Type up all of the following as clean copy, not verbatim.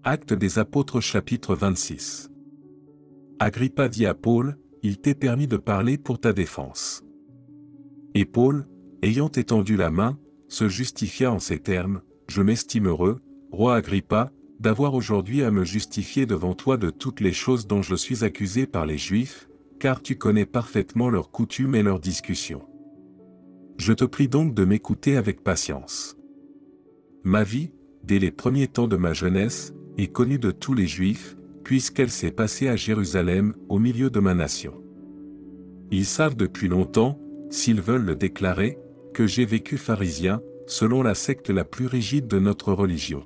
Actes des Apôtres chapitre 26. Agrippa dit à Paul, il t'est permis de parler pour ta défense. Et Paul, ayant étendu la main, se justifia en ces termes, je m'estime heureux, roi Agrippa, d'avoir aujourd'hui à me justifier devant toi de toutes les choses dont je suis accusé par les Juifs, car tu connais parfaitement leurs coutumes et leurs discussions. Je te prie donc de m'écouter avec patience. Ma vie, dès les premiers temps de ma jeunesse, est connue de tous les Juifs, puisqu'elle s'est passée à Jérusalem, au milieu de ma nation. Ils savent depuis longtemps, s'ils veulent le déclarer, que j'ai vécu pharisien, selon la secte la plus rigide de notre religion.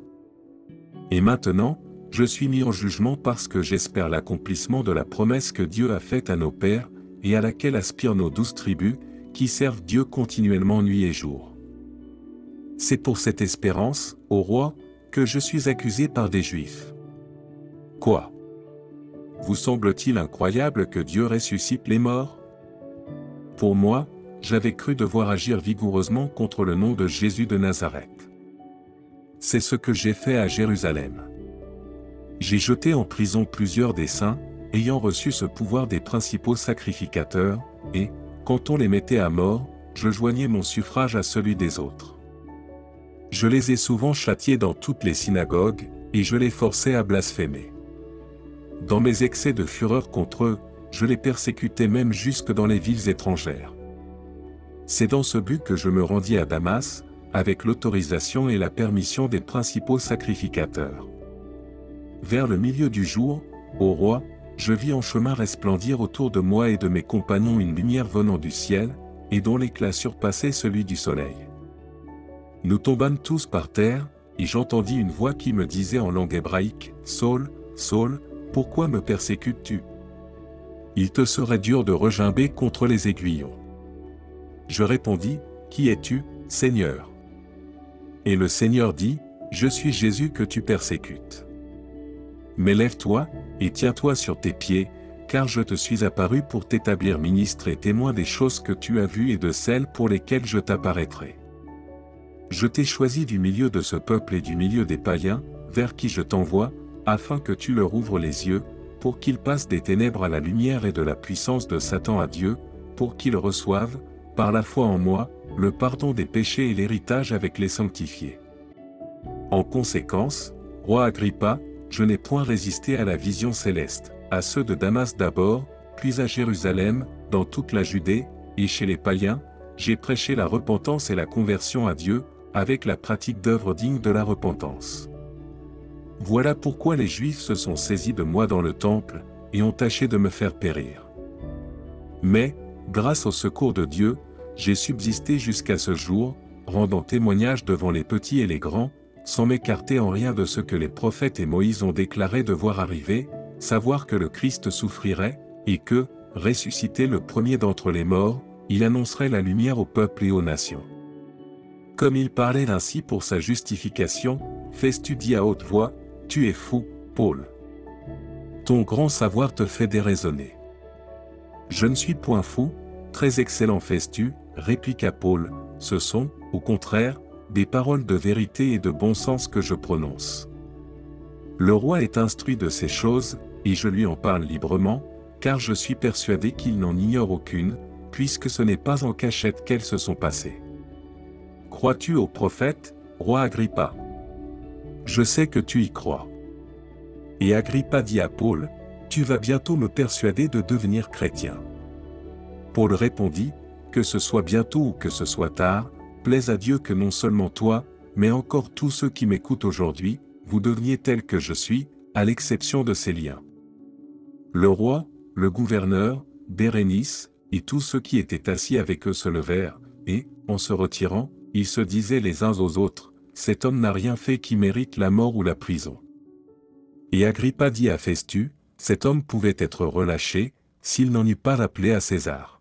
Et maintenant, je suis mis en jugement parce que j'espère l'accomplissement de la promesse que Dieu a faite à nos pères, et à laquelle aspirent nos 12 tribus, qui servent Dieu continuellement nuit et jour. C'est pour cette espérance, ô roi, que je suis accusé par des Juifs. Quoi? Vous semble-t-il incroyable que Dieu ressuscite les morts? Pour moi, j'avais cru devoir agir vigoureusement contre le nom de Jésus de Nazareth. C'est ce que j'ai fait à Jérusalem. J'ai jeté en prison plusieurs des saints, ayant reçu ce pouvoir des principaux sacrificateurs, et, quand on les mettait à mort, je joignais mon suffrage à celui des autres. Je les ai souvent châtiés dans toutes les synagogues, et je les forçais à blasphémer. Dans mes excès de fureur contre eux, je les persécutais même jusque dans les villes étrangères. C'est dans ce but que je me rendis à Damas, avec l'autorisation et la permission des principaux sacrificateurs. Vers le milieu du jour, ô roi, je vis en chemin resplendir autour de moi et de mes compagnons une lumière venant du ciel, et dont l'éclat surpassait celui du soleil. Nous tombâmes tous par terre, et j'entendis une voix qui me disait en langue hébraïque, « Saul, Saul, pourquoi me persécutes-tu? Il te serait dur de regimber contre les aiguillons. » Je répondis, « Qui es-tu, Seigneur? » Et le Seigneur dit, « Je suis Jésus que tu persécutes. Mais lève-toi, et tiens-toi sur tes pieds, car je te suis apparu pour t'établir ministre et témoin des choses que tu as vues et de celles pour lesquelles je t'apparaîtrai. Je t'ai choisi du milieu de ce peuple et du milieu des païens, vers qui je t'envoie, afin que tu leur ouvres les yeux, pour qu'ils passent des ténèbres à la lumière et de la puissance de Satan à Dieu, pour qu'ils reçoivent, par la foi en moi, le pardon des péchés et l'héritage avec les sanctifiés. En conséquence, roi Agrippa, je n'ai point résisté à la vision céleste, à ceux de Damas d'abord, puis à Jérusalem, dans toute la Judée, et chez les païens, j'ai prêché la repentance et la conversion à Dieu, avec la pratique d'œuvres dignes de la repentance. Voilà pourquoi les Juifs se sont saisis de moi dans le temple, et ont tâché de me faire périr. Mais, grâce au secours de Dieu, j'ai subsisté jusqu'à ce jour, rendant témoignage devant les petits et les grands, sans m'écarter en rien de ce que les prophètes et Moïse ont déclaré devoir arriver, savoir que le Christ souffrirait, et que, ressuscité le premier d'entre les morts, il annoncerait la lumière au peuple et aux nations. Comme il parlait ainsi pour sa justification, Festus dit à haute voix, « Tu es fou, Paul. Ton grand savoir te fait déraisonner. » « Je ne suis point fou, très excellent Festus, répliqua Paul, ce sont, au contraire, des paroles de vérité et de bon sens que je prononce. Le roi est instruit de ces choses, et je lui en parle librement, car je suis persuadé qu'il n'en ignore aucune, puisque ce n'est pas en cachette qu'elles se sont passées. Crois-tu aux prophètes, roi Agrippa? Je sais que tu y crois. Et Agrippa dit à Paul, tu vas bientôt me persuader de devenir chrétien. Paul répondit, que ce soit bientôt ou que ce soit tard, plaise à Dieu que non seulement toi, mais encore tous ceux qui m'écoutent aujourd'hui, vous deveniez tels que je suis, à l'exception de ces liens. Le roi, le gouverneur, Bérénice, et tous ceux qui étaient assis avec eux se levèrent, et, en se retirant, ils se disaient les uns aux autres, cet homme n'a rien fait qui mérite la mort ou la prison. Et Agrippa dit à Festus, cet homme pouvait être relâché, s'il n'en eût pas rappelé à César.